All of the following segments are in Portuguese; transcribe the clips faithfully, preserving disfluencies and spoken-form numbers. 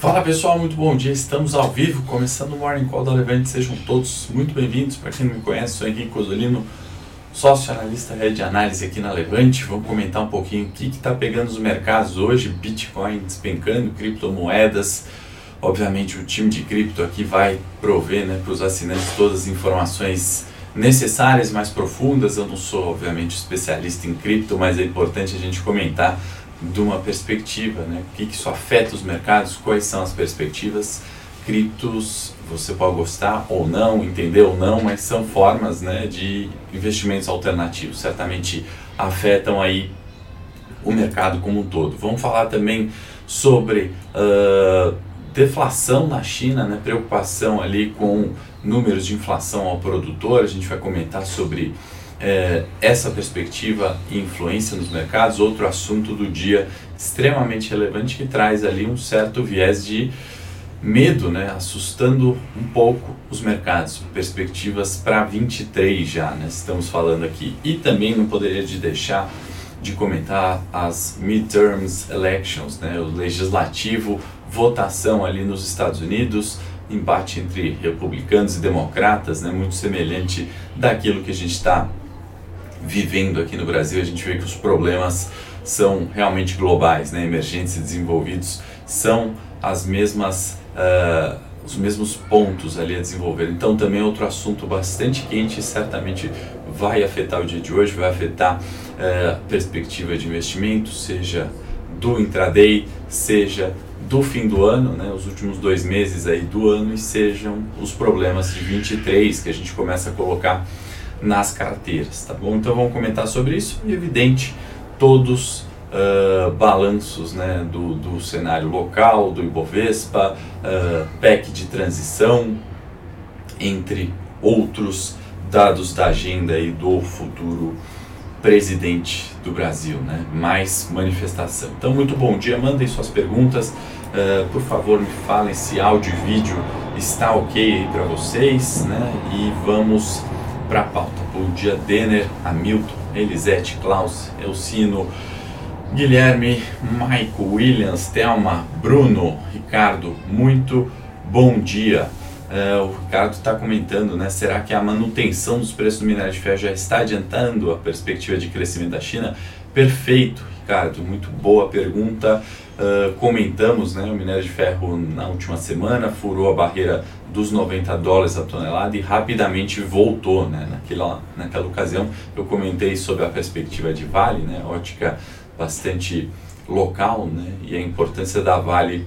Fala pessoal, muito bom dia, estamos ao vivo, começando o Morning Call da Levante, sejam todos muito bem-vindos. Para quem não me conhece, sou Henrique Cosolino, sócio analista rede de análise aqui na Levante. Vamos comentar um pouquinho o que está pegando os mercados hoje, Bitcoin despencando, criptomoedas. Obviamente o time de cripto aqui vai prover, né, para os assinantes todas as informações necessárias, mais profundas. Eu não sou obviamente especialista em cripto, mas é importante a gente comentar de uma perspectiva, né? O que, que isso afeta os mercados, quais são as perspectivas. Criptos, você pode gostar ou não, entender ou não, mas são formas, né, de investimentos alternativos, certamente afetam aí o mercado como um todo. Vamos falar também sobre uh, deflação na China, né, preocupação ali com números de inflação ao produtor. A gente vai comentar sobre É, essa perspectiva e influência nos mercados. Outro assunto do dia extremamente relevante que traz ali um certo viés de medo, né, assustando um pouco os mercados, perspectivas para vinte e três já, né, estamos falando aqui. E também não poderia de deixar de comentar as midterms elections, né, o legislativo, votação ali nos Estados Unidos, embate entre republicanos e democratas, né, muito semelhante daquilo que a gente está vivendo aqui no Brasil. A gente vê que os problemas são realmente globais, né? Emergentes e desenvolvidos são as mesmas, uh, os mesmos pontos ali a desenvolver. Então também é outro assunto bastante quente e certamente vai afetar o dia de hoje, vai afetar uh, a perspectiva de investimento, seja do intraday, seja do fim do ano, né? Os últimos dois meses aí do ano, e sejam os problemas de vinte e três que a gente começa a colocar nas carteiras, tá bom? Então vamos comentar sobre isso. E evidente, todos uh, balanços, né, do, do cenário local, do Ibovespa, uh, P E C de transição, entre outros dados da agenda aí do futuro presidente do Brasil, né? Mais manifestação. Então, muito bom dia, mandem suas perguntas, uh, por favor me falem se áudio e vídeo está ok aí para vocês, né? E vamos para a pauta. Bom dia, Denner, Hamilton, Elisete, Klaus, Elcino, Guilherme, Maico, Williams, Thelma, Bruno, Ricardo, muito bom dia. Uh, o Ricardo está comentando, né, será que a manutenção dos preços do minério de ferro já está adiantando a perspectiva de crescimento da China? Perfeito, Ricardo, muito boa pergunta. Uh, comentamos, né, o minério de ferro na última semana furou a barreira dos noventa dólares a tonelada e rapidamente voltou, né, naquela, naquela ocasião eu comentei sobre a perspectiva de Vale, né, ótica bastante local, né, e a importância da Vale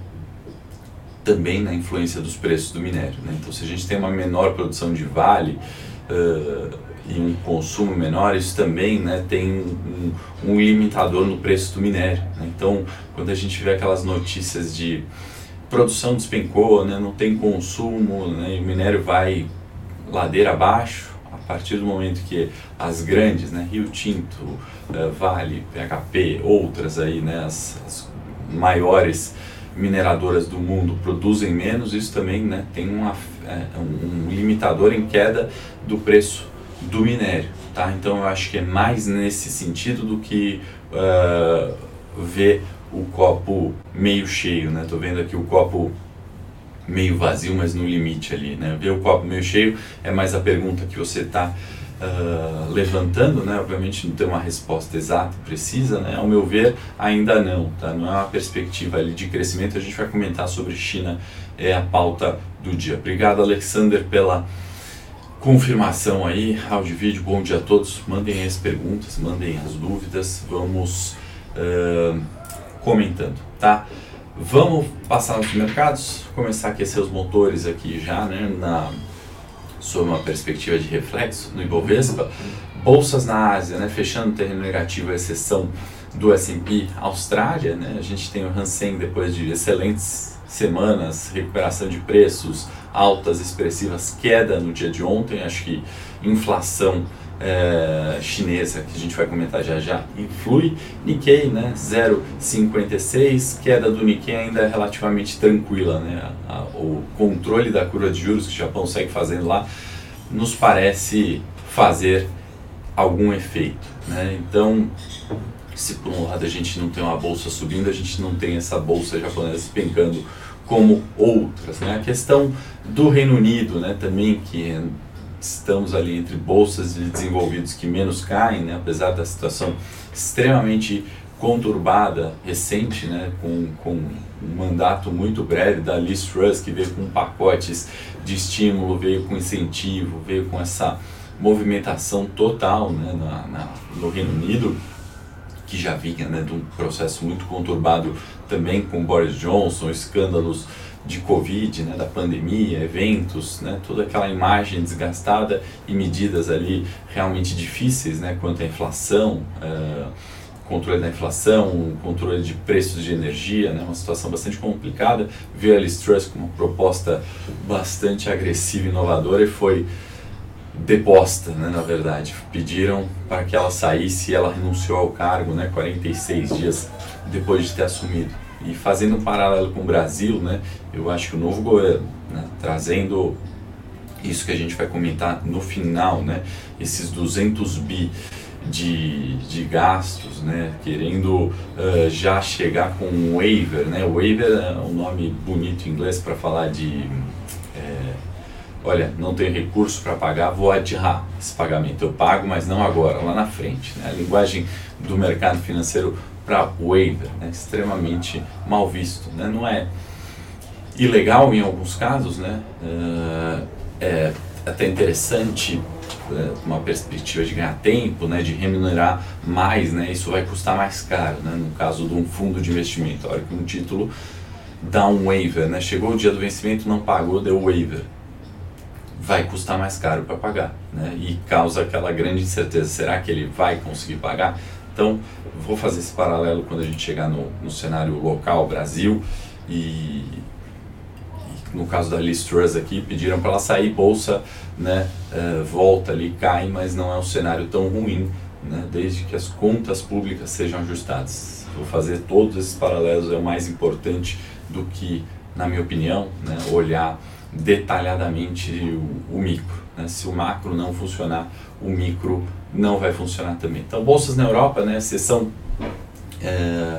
também na influência dos preços do minério, né. Então se a gente tem uma menor produção de Vale uh, e um consumo menor, isso também, né, tem um, um limitador no preço do minério, né. Então quando a gente vê aquelas notícias de produção despencou, né, não tem consumo, né, e o minério vai ladeira abaixo, a partir do momento que as grandes, né, Rio Tinto, uh, Vale, P H P, outras aí, né, as, as maiores mineradoras do mundo produzem menos, isso também, né, tem uma, é, um, um limitador em queda do preço do minério, tá? Então eu acho que é mais nesse sentido do que uh, ver o copo meio cheio, né? Tô vendo aqui o copo meio vazio, mas no limite ali, né? Ver o copo meio cheio é mais a pergunta que você está uh, levantando, né? Obviamente não tem uma resposta exata, precisa, né? Ao meu ver, ainda não, tá? Não é uma perspectiva ali de crescimento. A gente vai comentar sobre China, é a pauta do dia. Obrigado, Alexander, pela confirmação aí, áudio e vídeo. Bom dia a todos, mandem as perguntas, mandem as dúvidas, vamos uh, comentando, tá? Vamos passar nos mercados, começar a aquecer os motores aqui já, né, na, sob uma perspectiva de reflexo no Ibovespa. Bolsas na Ásia, né, fechando terreno negativo, a exceção do S and P Austrália, né, a gente tem o Hansen depois de excelentes semanas, recuperação de preços, altas expressivas, queda no dia de ontem. Acho que inflação é, chinesa, que a gente vai comentar já já, influi. Nikkei, né, zero vírgula cinquenta e seis, queda do Nikkei ainda é relativamente tranquila, né, a, a, o controle da curva de juros que o Japão segue fazendo lá nos parece fazer algum efeito, né? Então, se por um lado a gente não tem uma bolsa subindo, a gente não tem essa bolsa japonesa despencando como outras, né? A questão do Reino Unido, né, também, que estamos ali entre bolsas de desenvolvidos que menos caem, né, apesar da situação extremamente conturbada, recente, né, com, com um mandato muito breve da Liz Truss, que veio com pacotes de estímulo, veio com incentivo, veio com essa movimentação total, né, na, na, no Reino Unido, que já vinha, né, de um processo muito conturbado também com Boris Johnson, escândalos de Covid, né, da pandemia, eventos, né, toda aquela imagem desgastada e medidas ali realmente difíceis, né, quanto à inflação, uh, controle da inflação, controle de preços de energia, né, uma situação bastante complicada. Veio a Liz Truss com uma proposta bastante agressiva e inovadora e foi deposta, né, na verdade. Pediram para que ela saísse e ela renunciou ao cargo, né, quarenta e seis dias depois de ter assumido. E fazendo um paralelo com o Brasil, né, eu acho que o novo governo, né, trazendo isso que a gente vai comentar no final, né, esses duzentos bi de, de gastos, né, querendo uh, já chegar com um waiver, né, waiver é um nome bonito em inglês para falar de, é, olha, não tenho recurso para pagar, vou adiar esse pagamento, eu pago, mas não agora, lá na frente, né, a linguagem do mercado financeiro para waiver, né, extremamente mal visto, né, não é ilegal em alguns casos, né, uh, é até interessante, uma perspectiva de ganhar tempo, né, de remunerar mais, né, isso vai custar mais caro, né, no caso de um fundo de investimento, a hora que um título dá um waiver, né, chegou o dia do vencimento, não pagou, deu waiver, vai custar mais caro para pagar, né, e causa aquela grande incerteza, será que ele vai conseguir pagar? Então, vou fazer esse paralelo quando a gente chegar no, no cenário local, Brasil, e no caso da Liz Truss aqui, pediram para ela sair, bolsa, né, uh, volta ali, cai, mas não é um cenário tão ruim, né, desde que as contas públicas sejam ajustadas. Vou fazer todos esses paralelos, é o mais importante do que, na minha opinião, né, olhar detalhadamente o, o micro, né, se o macro não funcionar, o micro não vai funcionar também. Então, bolsas na Europa, né, exceção é,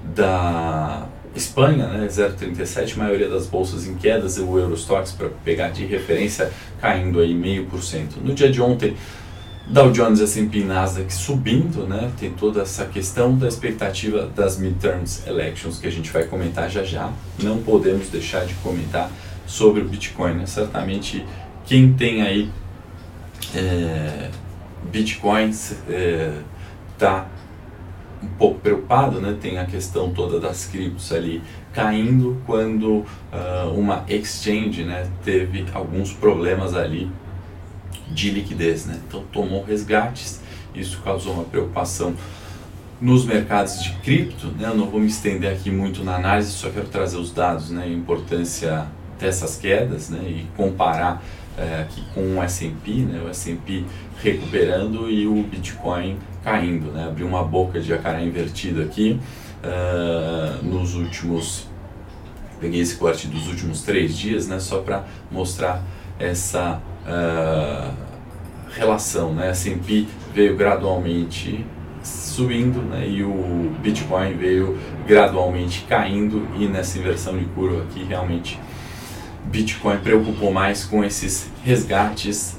da Espanha, né, zero vírgula trinta e sete, maioria das bolsas em quedas, e o Eurostoxx, para pegar de referência, caindo aí zero vírgula cinco por cento. No dia de ontem, Dow Jones, S and P e Nasdaq subindo, né, tem toda essa questão da expectativa das midterms elections que a gente vai comentar já já. Não podemos deixar de comentar sobre o Bitcoin, né? Certamente quem tem aí é, Bitcoins está é, um pouco preocupado, né? Tem a questão toda das criptos ali caindo quando uh, uma exchange, né, teve alguns problemas ali de liquidez, né? Então tomou resgates, isso causou uma preocupação nos mercados de cripto, né? Eu não vou me estender aqui muito na análise, só quero trazer os dados, né, a importância dessas quedas, né, e comparar é, aqui com o S and P, né, o S and P recuperando e o Bitcoin caindo, né, abriu uma boca de jacaré invertido aqui uh, nos últimos, peguei esse corte dos últimos três dias, né, só para mostrar essa uh, relação, né, S and P veio gradualmente subindo, né, e o Bitcoin veio gradualmente caindo, e nessa inversão de curva aqui realmente Bitcoin preocupou mais com esses resgates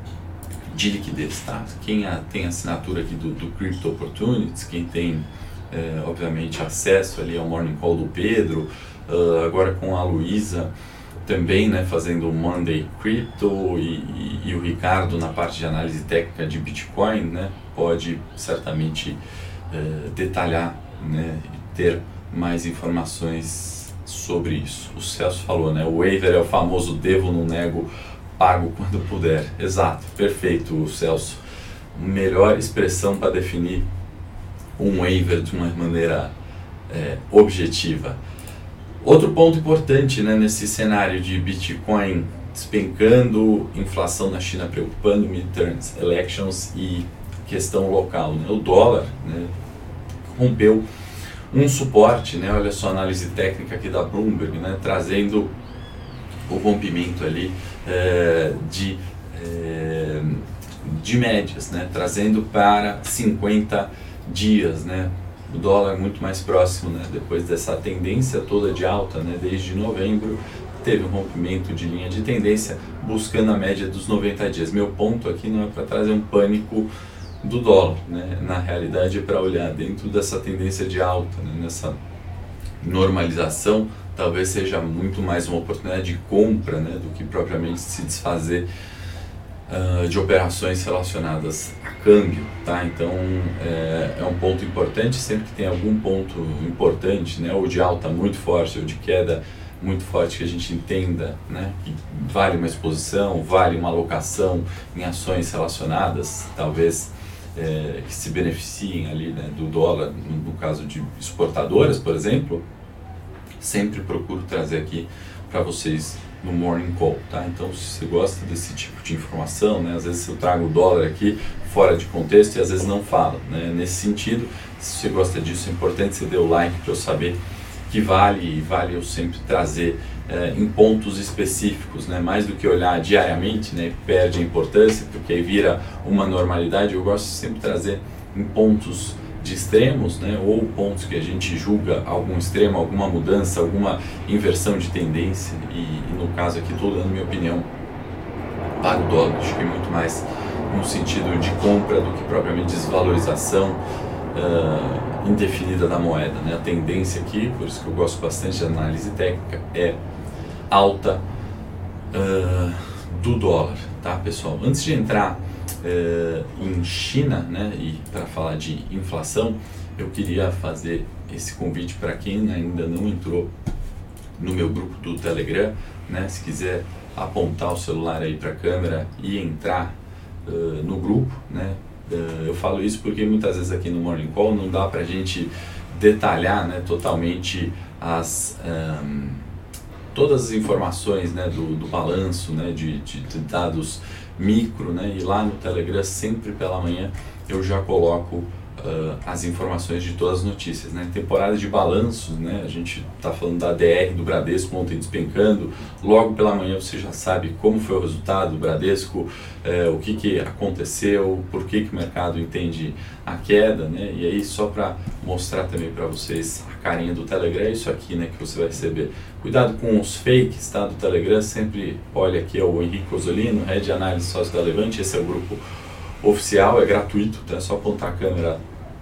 de liquidez, tá? Quem a, tem assinatura aqui do, do Crypto Opportunities, quem tem é, obviamente acesso ali ao Morning Call do Pedro, uh, agora com a Luísa também, né, fazendo o Monday Crypto, e, e, e o Ricardo na parte de análise técnica de Bitcoin, né, pode certamente é, detalhar, né, e ter mais informações sobre isso. O Celso falou, né, o waiver é o famoso devo, não nego, pago quando puder. Exato, perfeito, Celso. Melhor expressão para definir um waiver de uma maneira é, objetiva. Outro ponto importante, né, nesse cenário de Bitcoin despencando, inflação na China preocupando, midterms elections e questão local, né, o dólar, né, rompeu um suporte, né, olha só a análise técnica aqui da Bloomberg, né, trazendo o rompimento ali é, de, é, de médias, né, trazendo para cinquenta dias, né, o dólar muito mais próximo, né? Depois dessa tendência toda de alta, né? Desde novembro, teve um rompimento de linha de tendência buscando a média dos noventa dias. Meu ponto aqui não é para trazer um pânico do dólar, né? Na realidade é para olhar dentro dessa tendência de alta, né? Nessa normalização, talvez seja muito mais uma oportunidade de compra, né? Do que propriamente se desfazer uh, de operações relacionadas a câmbio, tá? Então é, é um ponto importante. Sempre que tem algum ponto importante, né? Ou de alta muito forte ou de queda muito forte, que a gente entenda, né, que vale uma exposição, vale uma alocação em ações relacionadas, talvez é, que se beneficiem ali, né, do dólar, no, no caso de exportadoras, por exemplo, sempre procuro trazer aqui para vocês no Morning Call, tá? Então, se você gosta desse tipo de informação, né, às vezes eu trago o dólar aqui fora de contexto e às vezes não falo, né? Nesse sentido, se você gosta disso, é importante você dê o like para eu saber que vale, e vale eu sempre trazer é, em pontos específicos, né? Mais do que olhar diariamente, né? Perde a importância, porque aí vira uma normalidade. Eu gosto de sempre trazer em pontos de extremos, né? Ou pontos que a gente julga algum extremo, alguma mudança, alguma inversão de tendência, e, e no caso aqui estou dando minha opinião para o dólar. Acho que é muito mais no sentido de compra do que propriamente desvalorização uh, indefinida da moeda, né? A tendência aqui, por isso que eu gosto bastante de análise técnica, é alta uh, do dólar, tá, pessoal? Antes de entrar uh, em China, né, e para falar de inflação, eu queria fazer esse convite para quem ainda não entrou no meu grupo do Telegram, né? Se quiser apontar o celular aí para a câmera e entrar uh, no grupo, né? Uh, eu falo isso porque muitas vezes aqui no Morning Call não dá para a gente detalhar, né, totalmente as, um, todas as informações, né, do, do balanço, né, de, de, de dados micro, né, e lá no Telegram sempre pela manhã eu já coloco uh, as informações de todas as notícias, né? Temporada de balanços, né? A gente está falando da D R do Bradesco ontem despencando. Logo pela manhã você já sabe como foi o resultado do Bradesco, eh, o que, que aconteceu, por que, que o mercado entende a queda, né? E aí, só para mostrar também para vocês a carinha do Telegram, é isso aqui, né, que você vai receber. Cuidado com os fakes, tá, do Telegram. Sempre olha aqui, é o Henrique Cosolino, Head Análise Sócio da Levante. Esse é o grupo oficial, é gratuito, tá? É só apontar a câmera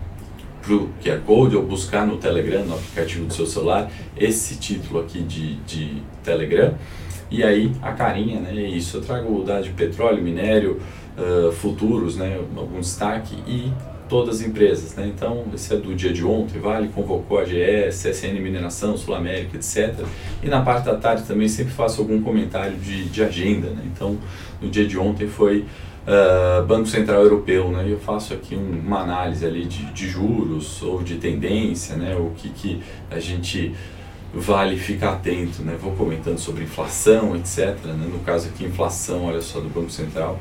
pro Q R Code ou buscar no Telegram, no aplicativo do seu celular, esse título aqui de, de Telegram, e aí a carinha, né? É isso. Eu trago dados de petróleo, minério, uh, futuros, né? Algum destaque, e todas as empresas, né? Então, esse é do dia de ontem, Vale convocou a G E, C S N Mineração, Sul América, etcétera. E na parte da tarde também sempre faço algum comentário de, de agenda, né? Então, no dia de ontem foi Uh, Banco Central Europeu, né? Eu faço aqui um, uma análise ali de, de juros ou de tendência, né? O que, que a gente vale ficar atento, né? Vou comentando sobre inflação, etcétera, né? No caso aqui, inflação, olha só, do Banco Central,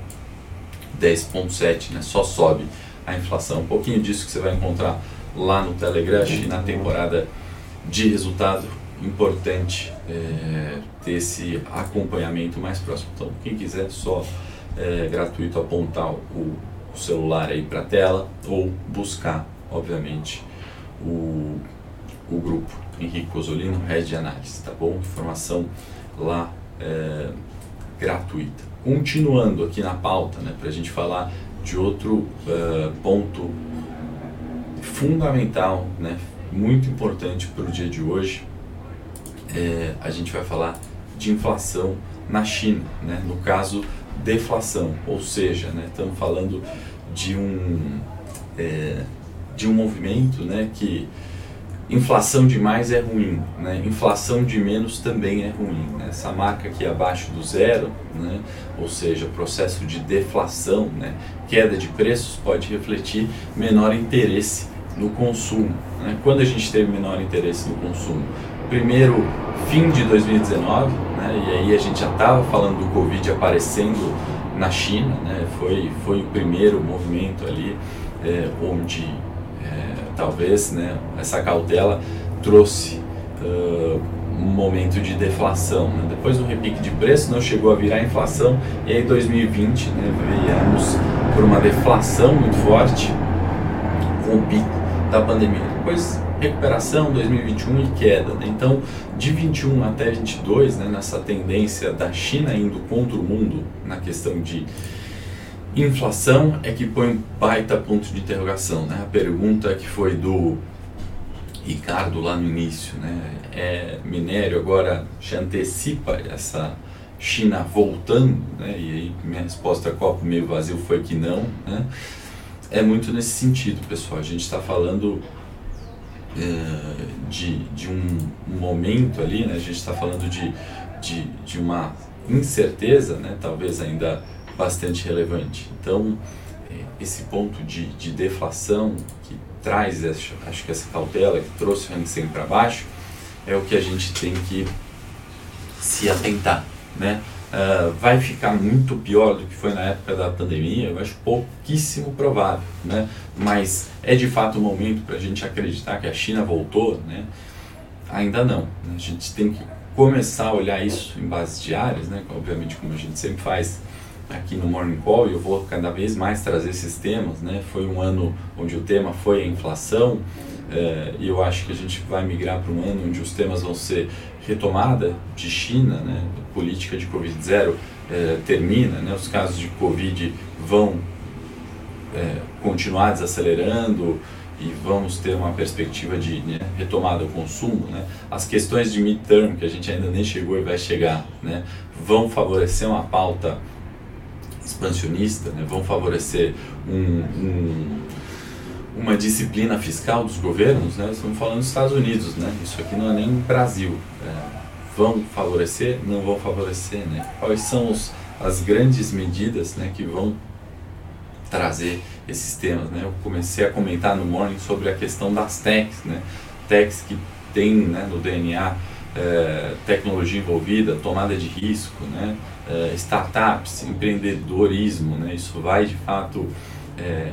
dez vírgula sete, né? Só sobe a inflação. Um pouquinho disso que você vai encontrar lá no Telegram, e na temporada de resultado. Importante é, ter esse acompanhamento mais próximo. Então, quem quiser, só é gratuito apontar o, o celular aí para a tela ou buscar, obviamente, o, o grupo Henrique Cosolino, Head de Análise, tá bom? Informação lá é, gratuita. Continuando aqui na pauta, né, para a gente falar de outro uh, ponto fundamental, né, muito importante para o dia de hoje, é, a gente vai falar de inflação na China, né, no caso deflação, ou seja, né, estamos falando de um, é, de um movimento, né, que inflação de mais é ruim, né, inflação de menos também é ruim, né, essa marca aqui abaixo do zero, né, ou seja, processo de deflação, né, queda de preços, pode refletir menor interesse no consumo, né. Quando a gente teve menor interesse no consumo? Primeiro, fim de dois mil e dezenove, né, e aí a gente já estava falando do Covid aparecendo na China, né, foi, foi o primeiro movimento ali é, onde é, talvez, né, essa cautela trouxe uh, um momento de deflação, né. Depois do repique de preço não chegou a virar inflação, e aí dois mil e vinte, né, viemos por uma deflação muito forte com o pico da pandemia. depois recuperação, dois mil e vinte e um e queda, né? Então, de vinte e um até vinte e dois, né, nessa tendência da China indo contra o mundo na questão de inflação, é que põe um baita ponto de interrogação, né? A pergunta que foi do Ricardo lá no início, né? É, minério agora já antecipa essa China voltando, né? E aí minha resposta a copo meio vazio foi que não, né? É muito nesse sentido, pessoal. A gente está falando é, de, de um, um momento ali, né? A gente está falando de, de, de uma incerteza, né? Talvez ainda bastante relevante. Então, esse ponto de, de deflação que traz, acho, acho que essa cautela que trouxe o Hang Seng para baixo, é o que a gente tem que se atentar, né? Uh, vai ficar muito pior do que foi na época da pandemia? Eu acho pouquíssimo provável, né? Mas é de fato o momento para a gente acreditar que a China voltou, né? Ainda não, né? A gente tem que começar a olhar isso em bases diárias, né? Obviamente, como a gente sempre faz aqui no Morning Call, e eu vou cada vez mais trazer esses temas, né? Foi um ano onde o tema foi a inflação, é, e eu acho que a gente vai migrar para um ano onde os temas vão ser retomada de China, né? Política de Covid zero é, termina, né? Os casos de Covid vão é, continuar desacelerando e vamos ter uma perspectiva de, né, retomada do consumo, né? As questões de midterm, que a gente ainda nem chegou e vai chegar, né, vão favorecer uma pauta expansionista, né, vão favorecer um, um, uma disciplina fiscal dos governos, né? Estamos falando dos Estados Unidos, né? Isso aqui não é nem Brasil. É, vão favorecer? Não vão favorecer, né? Quais são os, as grandes medidas, né, que vão trazer esses temas, né? Eu comecei a comentar no Morning sobre a questão das techs, né? Techs que tem, né, no D N A é, tecnologia envolvida, tomada de risco, né? É, startups, empreendedorismo, né? Isso vai de fato é,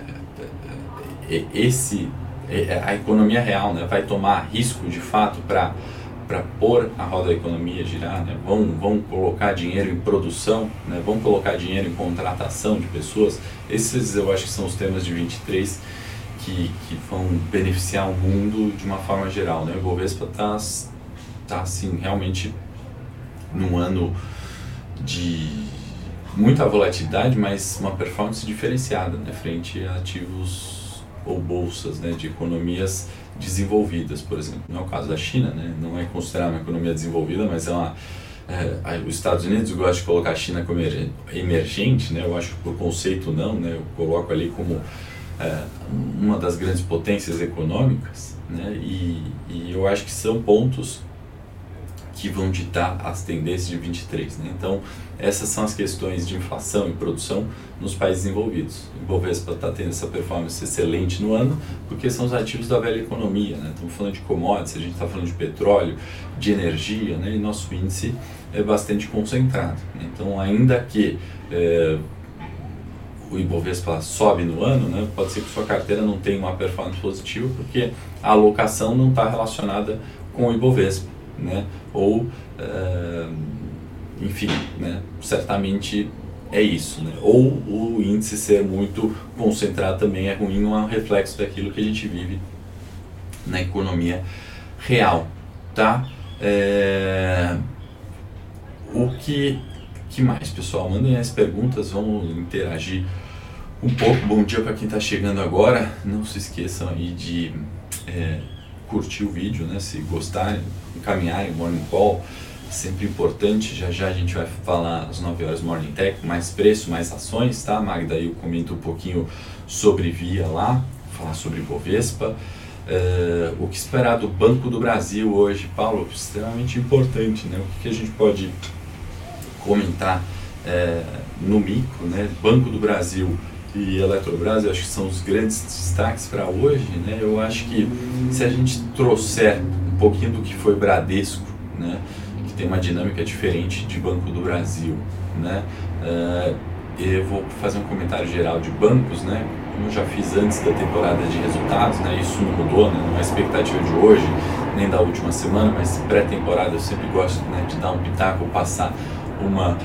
é, esse é, a economia real, né, vai tomar risco de fato para para pôr a roda da economia girar, né? Vão, vão colocar dinheiro em produção, né? Vão colocar dinheiro em contratação de pessoas. Esses eu acho que são os temas de vinte e três que, que vão beneficiar o mundo de uma forma geral, né? O Bovespa está tá, assim, realmente num ano de muita volatilidade, mas uma performance diferenciada, né? Frente a ativos ou bolsas, né, de economias desenvolvidas, por exemplo. Não é o caso da China, né? Não é considerada uma economia desenvolvida, mas é uma... É, os Estados Unidos gostam de colocar a China como emergente, né? Eu acho que por conceito não, né? Eu coloco ali como é, uma das grandes potências econômicas, né? E, e eu acho que são pontos que vão ditar as tendências de vinte e três, né? Então, essas são as questões de inflação e produção nos países desenvolvidos. O Bovespa está tendo essa performance excelente no ano, porque são os ativos da velha economia, né? Estamos falando de commodities, a gente está falando de petróleo, de energia, né? E nosso índice é bastante concentrado, né? Então, ainda que é, o Ibovespa sobe no ano, né, pode ser que sua carteira não tenha uma performance positiva, porque a alocação não está relacionada com o Ibovespa, né? Ou, uh, enfim, né? Certamente é isso, né? Ou o índice ser muito concentrado também é ruim, um reflexo daquilo que a gente vive na economia real, tá? É... O que, que mais, pessoal? Mandem as perguntas, vamos interagir um pouco. Bom dia para quem está chegando agora. Não se esqueçam aí de é, curtir o vídeo, né? Se gostarem, encaminharem o Morning Call, sempre importante. Já já a gente vai falar às nove horas Morning Tech, mais preço, mais ações, tá? Magda aí eu comento um pouquinho sobre Via lá, falar sobre Bovespa. Uh, o que esperar do Banco do Brasil hoje, Paulo? Extremamente importante, né? O que, que a gente pode comentar uh, no micro, né? Banco do Brasil e Eletrobras, eu acho que são os grandes destaques para hoje, né? Eu acho que se a gente trouxer um pouquinho do que foi Bradesco, né, que tem uma dinâmica diferente de Banco do Brasil, né, uh, eu vou fazer um comentário geral de bancos, né, como eu já fiz antes da temporada de resultados, né, isso não mudou, né, não é expectativa de hoje, nem da última semana, mas pré-temporada eu sempre gosto, né, de dar um pitaco, passar uma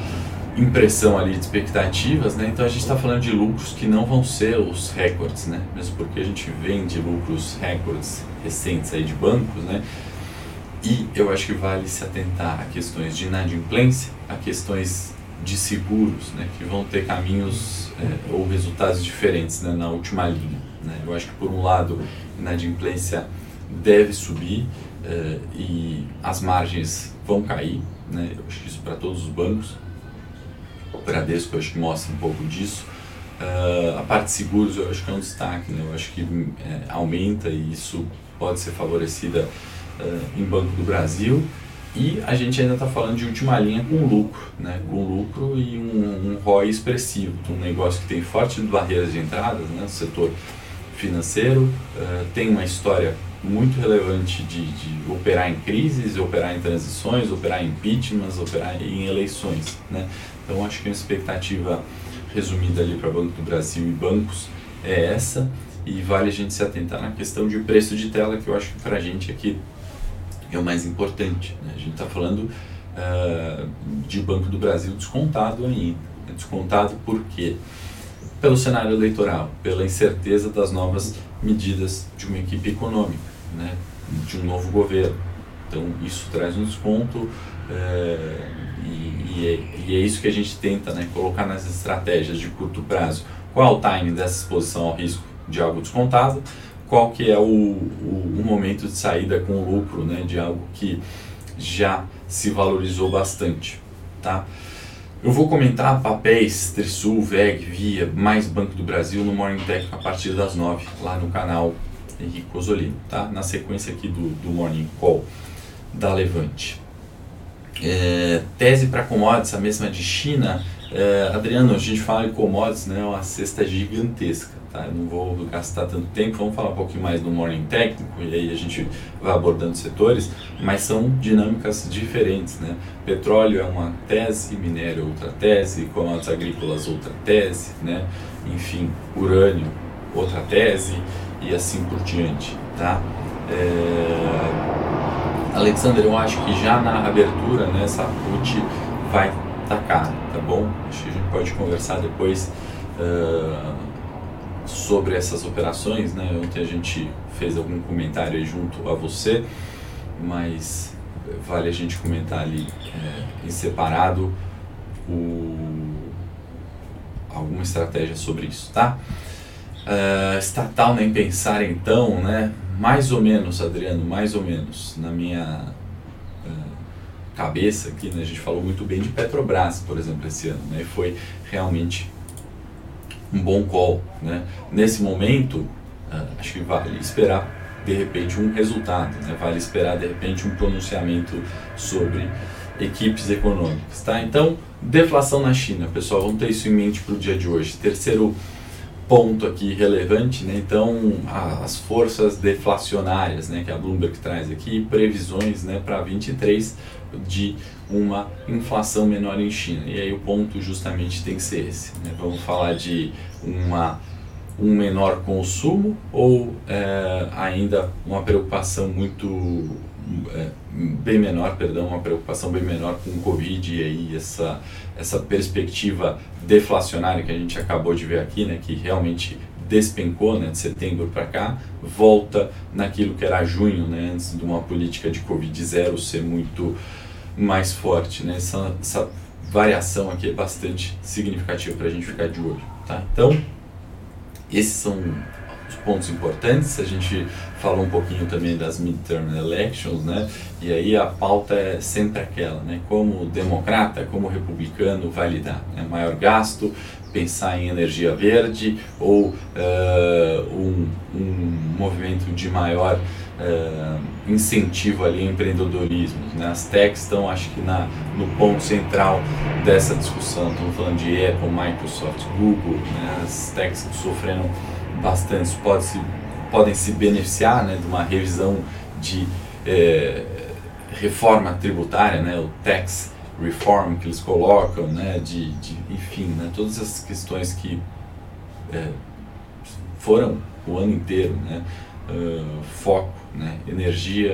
impressão ali de expectativas, né? Então a gente está falando de lucros que não vão ser os recordes, né? Mesmo porque a gente vem de lucros recordes recentes aí de bancos, né? E eu acho que vale se atentar a questões de inadimplência, a questões de seguros, né? Que vão ter caminhos é, ou resultados diferentes, né? Na última linha, né? Eu acho que por um lado inadimplência deve subir é, e as margens vão cair, né? Eu acho que isso para todos os bancos. O Bradesco eu acho que mostra um pouco disso. Uh, a parte de seguros eu acho que é um destaque, né? Eu acho que é, aumenta e isso pode ser favorecida uh, em Banco do Brasil. E a gente ainda está falando de última linha com lucro, né? Com lucro e um, um R O I expressivo, de um negócio que tem fortes barreiras de entrada, né? No setor financeiro, uh, tem uma história muito relevante de, de operar em crises, operar em transições, operar em impeachments, operar em eleições, né? Então acho que a expectativa resumida ali para Banco do Brasil e bancos é essa, e vale a gente se atentar na questão de preço de tela, que eu acho que para a gente aqui é o mais importante, né? A gente está falando uh, de Banco do Brasil descontado ainda, né? Descontado por quê? Pelo cenário eleitoral, pela incerteza das novas medidas de uma equipe econômica, né? De um novo governo. Então isso traz um desconto é, e, e, é, e é isso que a gente tenta, né? Colocar nas estratégias de curto prazo. Qual é o timing dessa exposição ao risco de algo descontado? Qual que é o, o, o momento de saída com lucro, né? De algo que já se valorizou bastante, tá? Eu vou comentar papéis, Trisul, V E G, Via, mais Banco do Brasil no Morning Tech a partir das nove, lá no canal Henrique Cosolino, tá? Na sequência aqui do, do Morning Call da Levante. É, tese para commodities, a mesma de China. É, Adriano, a gente fala em commodities, né? Uma cesta gigantesca, tá? Eu não vou gastar tanto tempo, vamos falar um pouquinho mais do Morning Técnico e aí a gente vai abordando setores, mas são dinâmicas diferentes, né? Petróleo é uma tese, minério é outra tese, commodities agrícolas outra tese, né? Enfim, urânio outra tese e assim por diante, tá? É... Alexander, eu acho que já na abertura, né, essa put vai estar cara, tá bom? Acho que a gente pode conversar depois uh, sobre essas operações, né? Ontem a gente fez algum comentário aí junto a você, mas vale a gente comentar ali é, em separado o, alguma estratégia sobre isso, tá? Uh, estatal nem pensar então, né? Mais ou menos, Adriano, mais ou menos, na minha uh, cabeça aqui, né? A gente falou muito bem de Petrobras, por exemplo, esse ano, né? Foi realmente um bom call, né? Nesse momento, uh, acho que vale esperar de repente um resultado, né? Vale esperar de repente um pronunciamento sobre equipes econômicas, tá? Então, deflação na China, pessoal, vamos ter isso em mente para o dia de hoje. Terceiro ponto aqui relevante, né? Então a, as forças deflacionárias, né, que a Bloomberg traz aqui, previsões, né, para vinte e três de uma inflação menor em China. E aí o ponto justamente tem que ser esse, né? Vamos falar de uma um menor consumo ou é, ainda uma preocupação muito é, bem menor, perdão, uma preocupação bem menor com o Covid e aí essa, essa perspectiva deflacionária que a gente acabou de ver aqui, né, que realmente despencou, né, de setembro para cá, volta naquilo que era junho, né, antes de uma política de Covid zero ser muito mais forte, né, essa, essa variação aqui é bastante significativa para a gente ficar de olho, tá? Então, esses são os pontos importantes. A gente falou um pouquinho também das midterm elections, né? E aí a pauta é sempre aquela, né? Como democrata, como republicano vai lidar, né? Maior gasto, pensar em energia verde ou uh, um, um movimento de maior uh, incentivo ali ao empreendedorismo, né? As techs estão, acho que na, no ponto central dessa discussão. Estamos falando de Apple, Microsoft, Google, né? As techs que sofreram bastante, pode se, podem se beneficiar, né, de uma revisão de é, reforma tributária, né, o tax reform que eles colocam, né, de, de, enfim, né, todas essas questões que é, foram o ano inteiro, né, uh, foco, né, energia,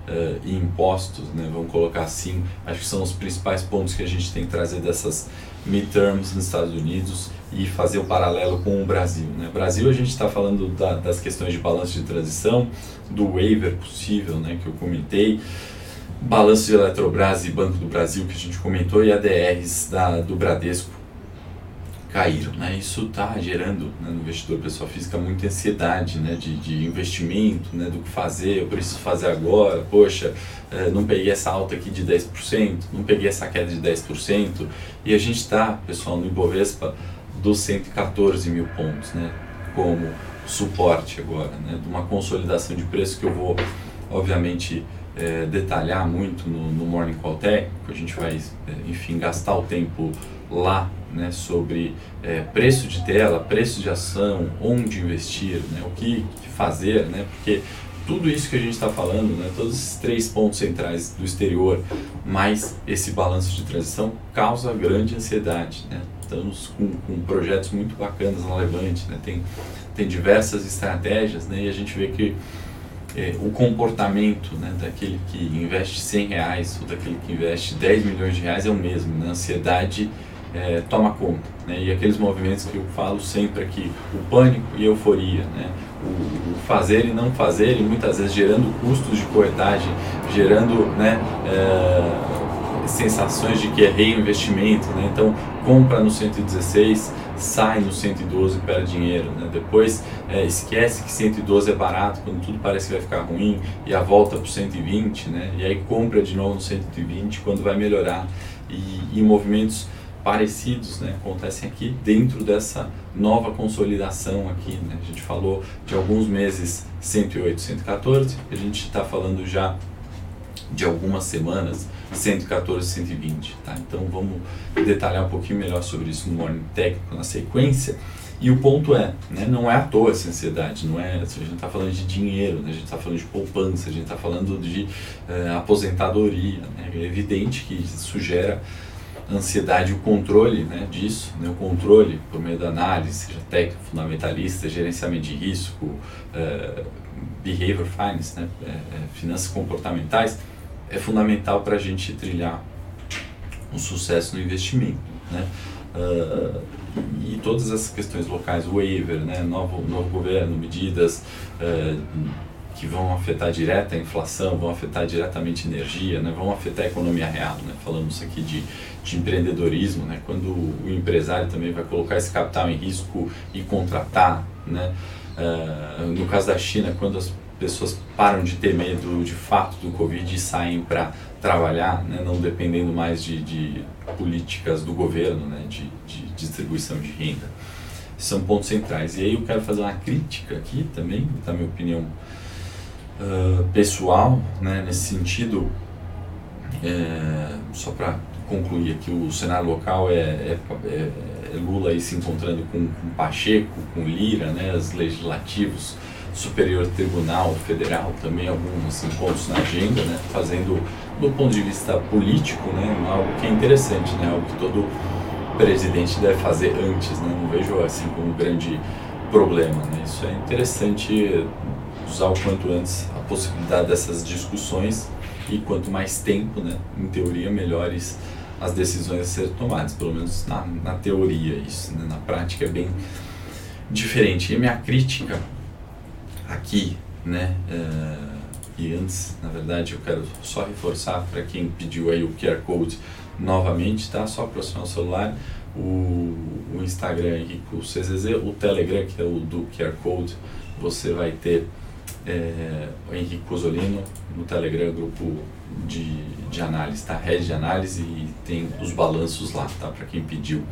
uh, e impostos, né, vamos colocar assim, acho que são os principais pontos que a gente tem que trazer dessas midterms nos Estados Unidos e fazer o paralelo com o Brasil. Né? Brasil, a gente está falando da, das questões de balanço de transição, do waiver possível, né, que eu comentei, balanço de Eletrobras e Banco do Brasil, que a gente comentou, e A D Rs da, do Bradesco caíram. Né? Isso está gerando, né, no investidor pessoa física muita ansiedade, né, de, de investimento, né, do que fazer, eu preciso fazer agora, poxa, eh, não peguei essa alta aqui de dez por cento, não peguei essa queda de dez por cento, e a gente está, pessoal, no Ibovespa dos cento e quatorze mil pontos, né, como suporte agora, né, de uma consolidação de preço que eu vou, obviamente, é, detalhar muito no, no Morning Call técnico. A gente vai, enfim, gastar o tempo lá, né, sobre é, preço de tela, preço de ação, onde investir, né, o que, que fazer, né, porque tudo isso que a gente está falando, né, todos esses três pontos centrais do exterior, mais esse balanço de transição, causa grande ansiedade. Né? Estamos com, com projetos muito bacanas na Levante, né? tem, tem diversas estratégias, né, e a gente vê que É, o comportamento, né, daquele que investe cem reais ou daquele que investe dez milhões de reais é o mesmo, né? A ansiedade é, toma conta, né? E aqueles movimentos que eu falo sempre aqui, o pânico e a euforia, né? o, o fazer e não fazer, e muitas vezes gerando custos de corretagem, gerando, né, é, sensações de que errei o investimento, né? Então compra no cento e dezesseis, sai no cento e doze e perde dinheiro, né? Depois é, esquece que cento e doze é barato quando tudo parece que vai ficar ruim e a volta para o cento e vinte, né? E aí compra de novo no cento e vinte quando vai melhorar, e, e movimentos parecidos, né, acontecem aqui dentro dessa nova consolidação aqui, né? A gente falou de alguns meses cento e oito, cento e quatorze, a gente está falando já de algumas semanas cento e quatorze, cento e vinte, tá? Então vamos detalhar um pouquinho melhor sobre isso no Morning Técnico na sequência. E o ponto é, né, não é à toa essa ansiedade, não é, a gente está falando de dinheiro, né, a gente está falando de poupança, a gente está falando de uh, aposentadoria, né? É evidente que isso gera ansiedade, o controle, né, disso, né, o controle por meio da análise, seja técnica, fundamentalista, gerenciamento de risco, uh, behavior finance, né, é, é, finanças comportamentais, é fundamental para a gente trilhar um sucesso no investimento, né? Uh, e todas essas questões locais, waiver, né, novo, novo governo, medidas uh, que vão afetar direta a inflação, vão afetar diretamente a energia, né, vão afetar a economia real, né? Falamos aqui de, de empreendedorismo, né, quando o empresário também vai colocar esse capital em risco e contratar, né? Uh, no caso da China, quando as pessoas param de ter medo de fato do Covid e saem para trabalhar, né, não dependendo mais de, de políticas do governo, né, de, de distribuição de renda. São pontos centrais. E aí eu quero fazer uma crítica aqui também, da minha opinião uh, pessoal, né, nesse sentido, é, só para concluir aqui, o cenário local é, é, é, é Lula aí se encontrando com, com Pacheco, com Lira, né, os legislativos, Superior Tribunal Federal, também alguns pontos na agenda, né, fazendo, do ponto de vista político, né, algo que é interessante, né, algo que todo presidente deve fazer antes, né, não vejo assim como um grande problema, né, isso é interessante usar o quanto antes a possibilidade dessas discussões, e quanto mais tempo, né, em teoria, melhores as decisões a serem tomadas, pelo menos na, na teoria isso, né, na prática é bem diferente. E a minha crítica aqui, né, uh, e antes, na verdade, eu quero só reforçar para quem pediu aí o Q R Code novamente, tá? Só aproximar o celular, o, o Instagram Henrico C Z Z, o Telegram, que é o do Q R Code, você vai ter é, o Henrique Cosolino no Telegram, grupo de, de análise, tá? Rede de análise, e tem os balanços lá, tá? Para quem pediu,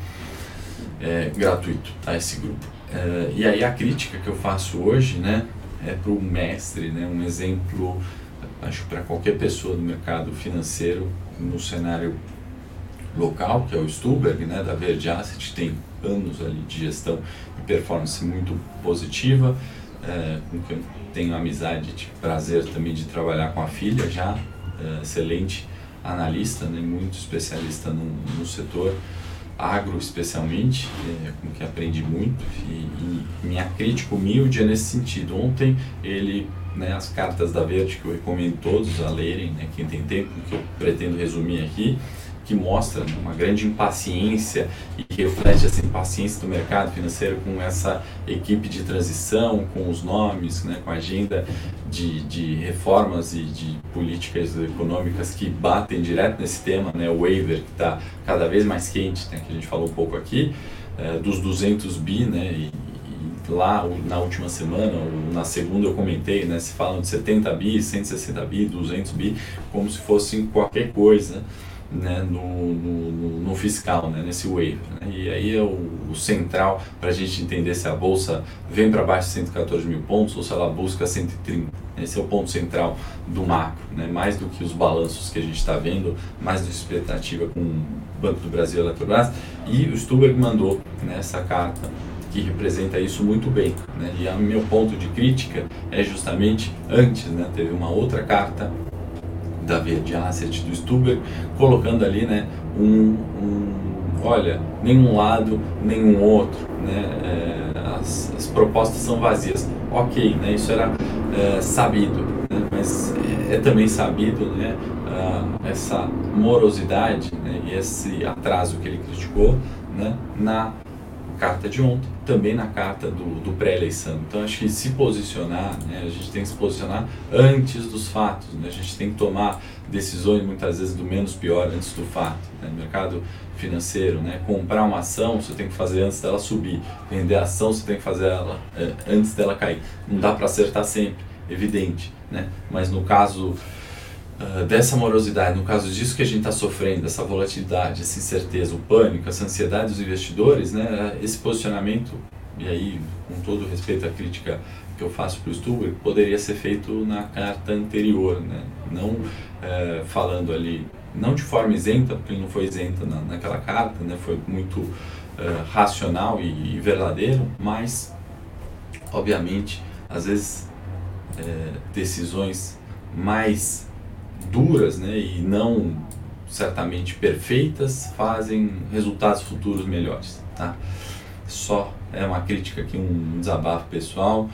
é gratuito, tá? Esse grupo. É, e aí a crítica que eu faço hoje, né, é para o mestre, né, um exemplo, acho, para qualquer pessoa do mercado financeiro no cenário local, que é o Stuberg, né, da Verde Asset, tem anos ali de gestão e performance muito positiva, é, com quem eu tenho amizade, de prazer também de trabalhar com a filha já, é, excelente analista, né, muito especialista no, no setor agro especialmente, é, com que aprendi muito, e, e minha crítica humilde é nesse sentido. Ontem ele né, as cartas da Verde, que eu recomendo todos a lerem, né, quem tem tempo, que eu pretendo resumir aqui, que mostra, né, uma grande impaciência e que reflete essa impaciência do mercado financeiro com essa equipe de transição, com os nomes, né, com a agenda de, de reformas e de políticas econômicas que batem direto nesse tema, né, o waiver que está cada vez mais quente, né, que a gente falou um pouco aqui, é, dos duzentos bi, né, e, e lá na última semana, ou na segunda eu comentei, né, se falam de setenta bi, cento e sessenta bi, duzentos bi, como se fossem qualquer coisa, né, no, no, no fiscal, né, nesse waiver, né, e aí é o, o central para a gente entender se a bolsa vem para baixo de cento e quatorze mil pontos ou se ela busca cento e trinta. Esse é o ponto central do macro, né, mais do que os balanços que a gente está vendo, mais do que a expectativa com o Banco do Brasil e a Eletrobras, e o Stuberg mandou, né, essa carta que representa isso muito bem, né, e o meu ponto de crítica é justamente antes, né, teve uma outra carta da Verde Asset do Stuberg, colocando ali, né, um, um, olha, nenhum lado, nenhum outro, né, é, as, as propostas são vazias. Ok, né, isso era é, sabido, né, mas é, é também sabido, né, uh, essa morosidade, né, e esse atraso que ele criticou, né, na carta de ontem, também na carta do, do pré-eleição. Então acho que se posicionar, né, a gente tem que se posicionar antes dos fatos, né, a gente tem que tomar decisões muitas vezes do menos pior antes do fato, né, mercado financeiro, né, comprar uma ação você tem que fazer antes dela subir, vender a ação você tem que fazer ela é, antes dela cair. Não dá para acertar sempre, evidente, né, mas no caso Uh, dessa morosidade, no caso disso que a gente está sofrendo, essa volatilidade, essa incerteza, o pânico, essa ansiedade dos investidores, né, esse posicionamento, e aí com todo respeito à crítica que eu faço para o Stuberg, poderia ser feito na carta anterior, né, não uh, falando ali, não de forma isenta, porque ele não foi isenta na, naquela carta, né, foi muito uh, racional e, e verdadeiro, mas obviamente às vezes uh, decisões mais duras, né, e não certamente perfeitas, fazem resultados futuros melhores, tá? Só é uma crítica aqui, um desabafo pessoal.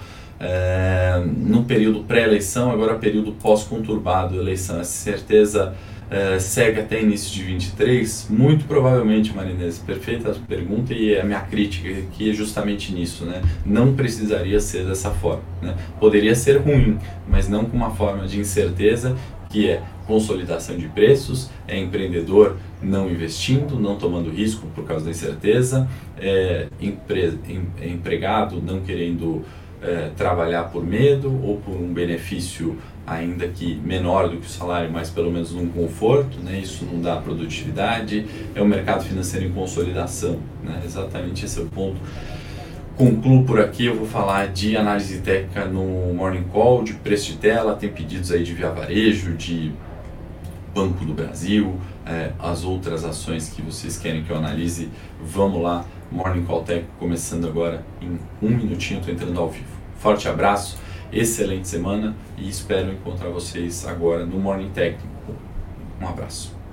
É, no período pré-eleição, agora período pós-conturbado, eleição, essa certeza é, segue até início de vinte e três, muito provavelmente, Marinês, perfeita a pergunta, e a minha crítica aqui é justamente nisso, né? Não precisaria ser dessa forma, né? Poderia ser ruim, mas não com uma forma de incerteza, que é consolidação de preços, é empreendedor não investindo, não tomando risco por causa da incerteza, é, empre, em, é empregado não querendo é, trabalhar por medo ou por um benefício ainda que menor do que o salário, mas pelo menos num conforto, né? Isso não dá produtividade, é o mercado financeiro em consolidação, né? Exatamente esse é o ponto. Concluo por aqui, eu vou falar de análise técnica no Morning Call, de preço de tela, tem pedidos aí de Via Varejo, de Banco do Brasil, é, as outras ações que vocês querem que eu analise, vamos lá, Morning Call técnico começando agora em um minutinho, estou entrando ao vivo. Forte abraço, excelente semana e espero encontrar vocês agora no Morning Técnico. Um abraço.